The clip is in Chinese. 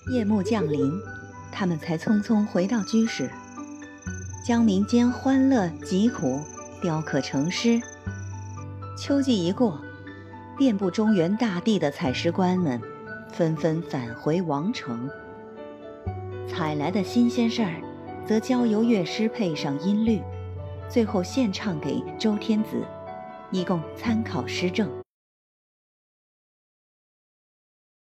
夜幕降临，他们才匆匆回到居室，将民间欢乐疾苦雕刻成诗。秋季一过，遍布中原大地的采石官们纷纷返回王城，采来的新鲜事儿，则交由乐师配上音律，最后献唱给周天子，以供参考施政。